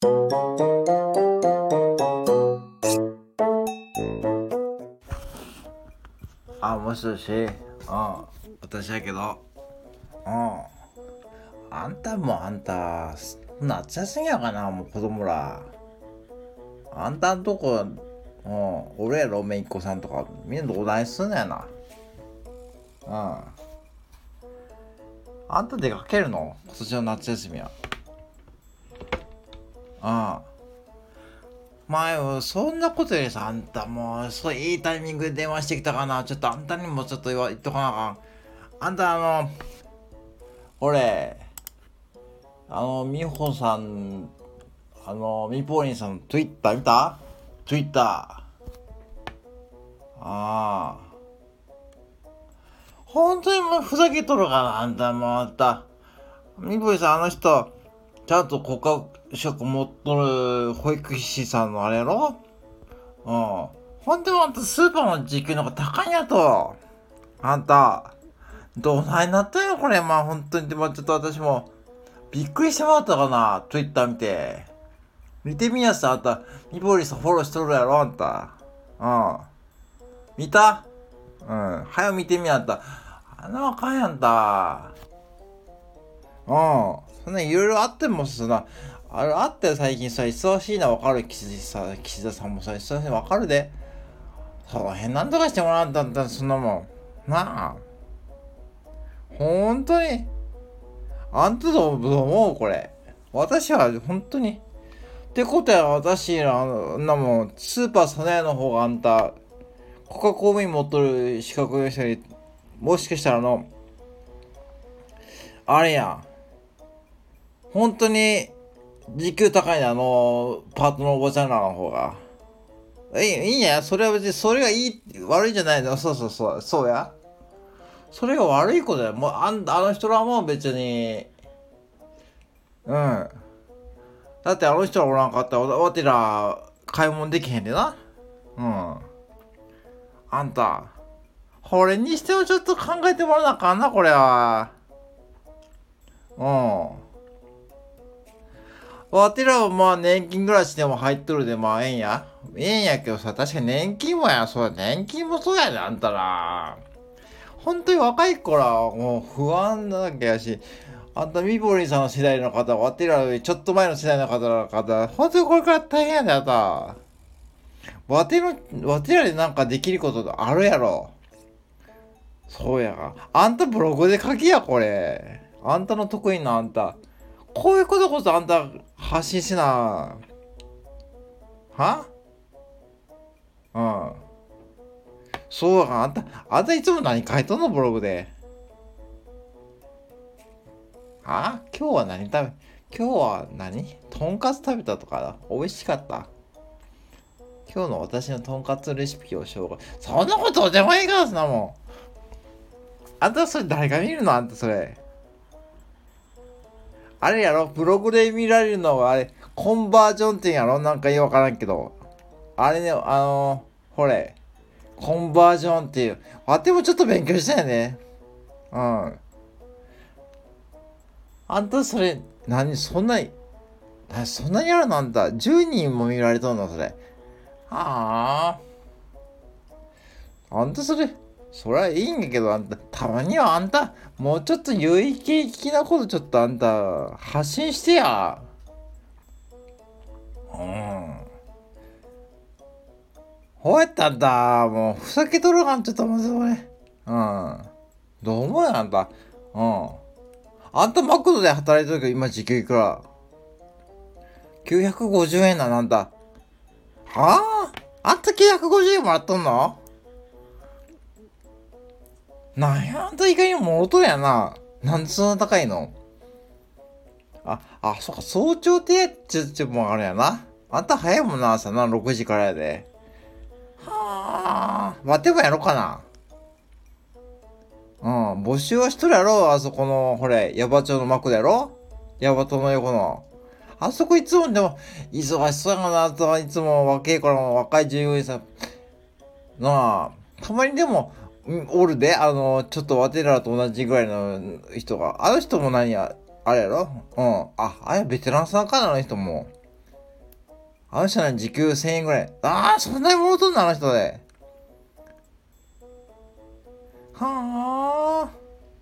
もしもし。私やけど。あんた夏休みやかな、もう子供ら。あんたんとこ、俺やろ、めいっ子さんとか、みんなどないすんのやな。あんた出かけるの？今年の夏休みは。前そんなことよりさ、あんたもう、そういいタイミングで電話してきたかな。ちょっとあんたにもちょっと言っとかなあかん。あんた俺、美穂さん、みぽりんさんの Twitter 見た？ Twitter。本当にもうふざけとるかな、あんたもあんた。みぽりんさん、あの人、ちゃんと国家資格持っとる保育士さんのあれやろ？ほんでもあんたスーパーの時給の方が高いんやと。あんた、どないなったんやこれ。本当に、ちょっと私も、びっくりしてもらったかな、Twitter 見て。見てみやす、あんた。みぼりさんフォローしとるやろ、あんた。見た？はよ見てみやんた。あんなわかんやんた。そんないろいろあってもあったよ最近さ、忙しいなわかる。岸田さんもさ、忙しいのわかるで。その辺なんとかしてもらったんだ、そんなもん。なあ。ほんとに。あんたどう思うこれ。私は本当に。ってことは私ら、もん、スーパーサナヤの方があんた、国家公務員持っとる資格の人に、もしかしたらあれやん。本当に、時給高いね、パートのおばちゃんらの方が。いいんや。それは別に、それが悪いんじゃないの。そうや。それが悪いことだよ。もう、あの人らも別に、だってあの人らおらんかったら、わてら、買い物できへんでな。あんた、これにしてもちょっと考えてもらわなあかんな、これは。わてらは年金暮らしでも入っとるでええんや。ええんやけどさ、確かに年金もや、年金もそうやで、あんたら。本当に若い子ら、もう不安なだけやし、あんたみぼりんさんの世代の方、わてらよりちょっと前の世代の方、本当にこれから大変やで、あんた。わてらでなんかできることあるやろ。そうやが。あんたブログで書きや、これ。あんたの得意なあんた。こういうことこそあんた発信しな。はうん。そうか、あんたいつも何書いとんのブログで。今日はとんかつ食べたとか美味しかった。今日の私のとんかつレシピを紹介。そんなことでもいいから、そんなもん。あんたそれ誰が見るの？あんたそれ。あれやろ、ブログで見られるのはあれ、コンバージョンってやろ、なんかよくわからんけど。あれね、ほれ、コンバージョンっていう。でもちょっと勉強したよね。あんたそれ、そんなにやるの？あんた。10人も見られとんのそれ。あんたそれはいいんやけど、たまにはもうちょっと有益的なことちょっと発信してや。ほうやったんだ。もう、ふざけとるかん、ちょっとまずこれ。どう思うよ、あんた。あんたマクドで働いてるけど、今時給いくら？ 950 円なんだ。あんた950円もらっとんの？なんや、あんた意外にも元やな。なんでそんな高いの？そっか、早朝手当もあるやな。あんた早いもんな、朝な、6時からやで。待てばやろうかな。募集はしとるやろ、あそこの、ほれ、矢場町の幕だやろ？矢場町の横の。あそこいつもでも、忙しそうやなと、いつも若い頃の若い従業員さん、たまにでも、おるで、ちょっとわてらと同じぐらいの人が。あの人もあれやろ？あれベテランさんかな、あの人も。 あの人は時給1000円ぐらい。ああ、そんなにもろとんのあの人で。はあ。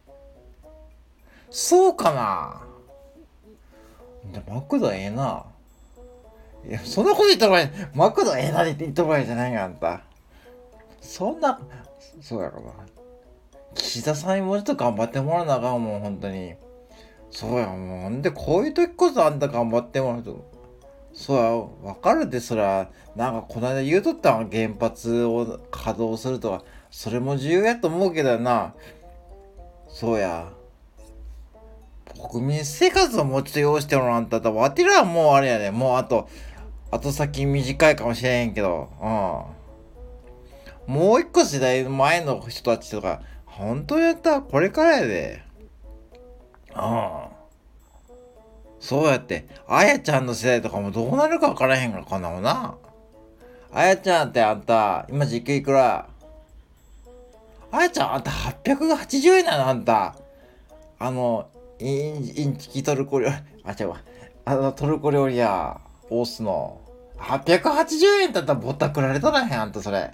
そうかな。じゃ、マクドええな。いや、そんなこと言ったらばいい。マクドええなって言ったらばいいじゃないか、あんた。そんな、そうやろな。岸田さんにもうちょっと頑張ってもらわなあかんもん、本当に。そうや、もう。ほんで、こういう時こそあんた頑張ってもらうと。そうや、わかるで、そら。なんか、この間言うとったん原発を稼働するとか。それも重要やと思うけどな。そうや。国民生活をもうちょっと用意してもらわんと。わてらはもうあれやで、もうあと先短いかもしれへんけど。うん。もう一個世代前の人たちとか、本当やったらこれからやで。うん。そうやって、あやちゃんの世代とかもどうなるか分からへんから、こんなもんな。あやちゃんってあんた、今時給いくら？あやちゃんあんた880円なのあんた。あの、インチキトルコ料理、あ、違うわ。トルコ料理屋、オースの。880円だったらぼったくられとらへん、あんたそれ。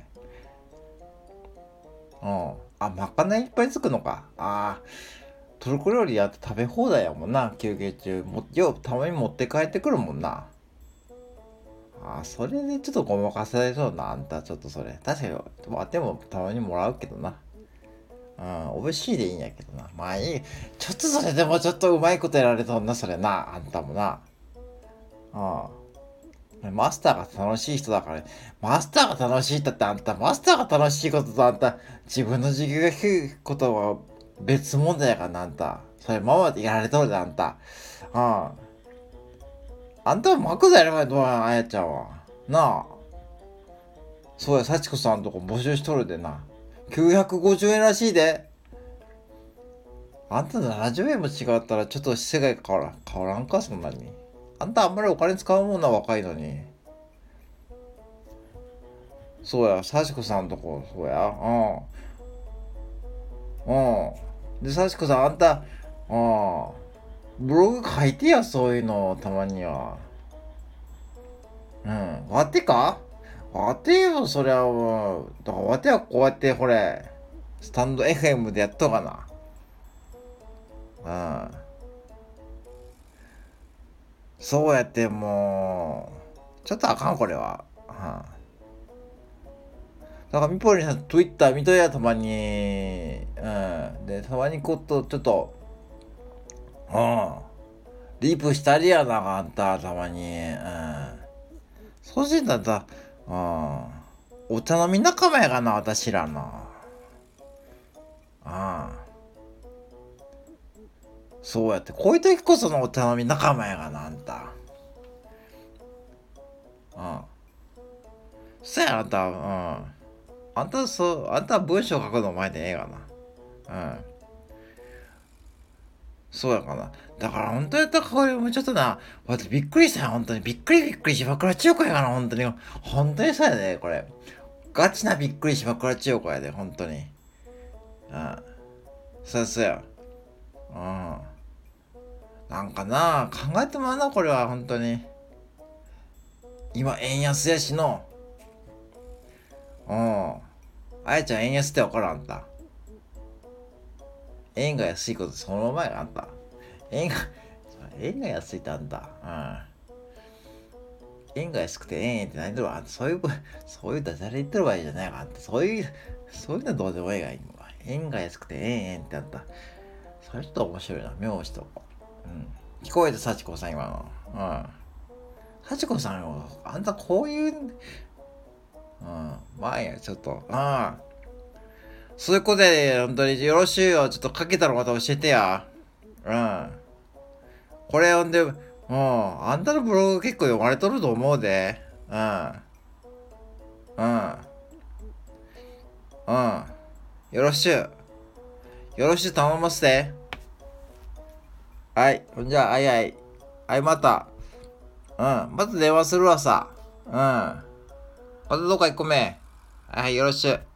うん。あ、まかないいっぱいつくのか。ああ、トルコ料理やって食べ放題やもんな、休憩中。よう、たまに持って帰ってくるもんな。ああ、それでちょっとごまかせられそうな、あんた、ちょっとそれ。確かに、まあ、でもたまにもらうけどな。うん、美味しいでいいんやけどな。まあいい。ちょっとそれでもちょっとうまいことやられとんな、それな、あんたもな。うん。マスターが楽しい人だからね。マスターが楽しいったってあんた、マスターが楽しいこととあんた、自分の時給が低いことは別問題やからな、あんた。それままでやられとるで、あんた。うん。あんたはマクドやればいいどうや、あやちゃんは。なあ。そうや、幸子さんとこ募集しとるでな。950円らしいで。あんた70円も違ったらちょっと世界変わらんか、そんなに。あんたあんまりお金使うもんな、若いのに。そうや、幸子さんとこ、そうや。うん。うん。で、幸子さん、あんた、うん。ブログ書いてや、そういうの、たまには。うん。わてかわてよ、そりゃもう。だからわてはこうやって、ほれ、スタンド FM でやっとかな。うん。そうやってもう、ちょっとあかん、これは。うん。だから、みぽりさん、Twitter 見とや、たまに。うん。で、たまにちょっと、うん。リプしたりやな、あんた、たまに。うん。そうしてたら、うん。お茶飲み仲間やがな、私らの。うん。そうやって、こういう時こそのお茶飲み仲間やがな、あんた。うん。そや、あんた、うん。あんた文章書くの前でええがな。うん。そうやかな。だから本当やったらこれもうちょっとな、私びっくりしたよ、本当に。びっくりしまくらちよこやがな、本当に。本当にそうやで、これ。ガチなびっくりしまくらちよこやで、本当に。うん。そうや。うん。なんかな、考えてまうな、これは、本当に。今、円安やしの。うん。あやちゃん円安ってわからんあんた。円が安いことその前があんた。円が、円が安いってあんた。うん。円が安くてって何だろう、そういうダジャレ言ってる場合じゃないかあんた。そういうのどうでもいいがいいのか。円が安くてってあんた。それちょっと面白いな、名字とか。うん。聞こえた、幸子さん今の。うん。幸子さんよ、あんたこういう、うん。まあいいや、ちょっと。そういうことで、本当によろしいよ。ちょっとかけたのまた教えてや。うん。これ読んで、あんたのブログ結構読まれとると思うで。うん。うん。うん。よろしゅう。よろしゅう頼ますで。はい。ほんじゃあ、また。うん。また電話するわさ。うん。またどっか行こめ。はい、よろしゅう。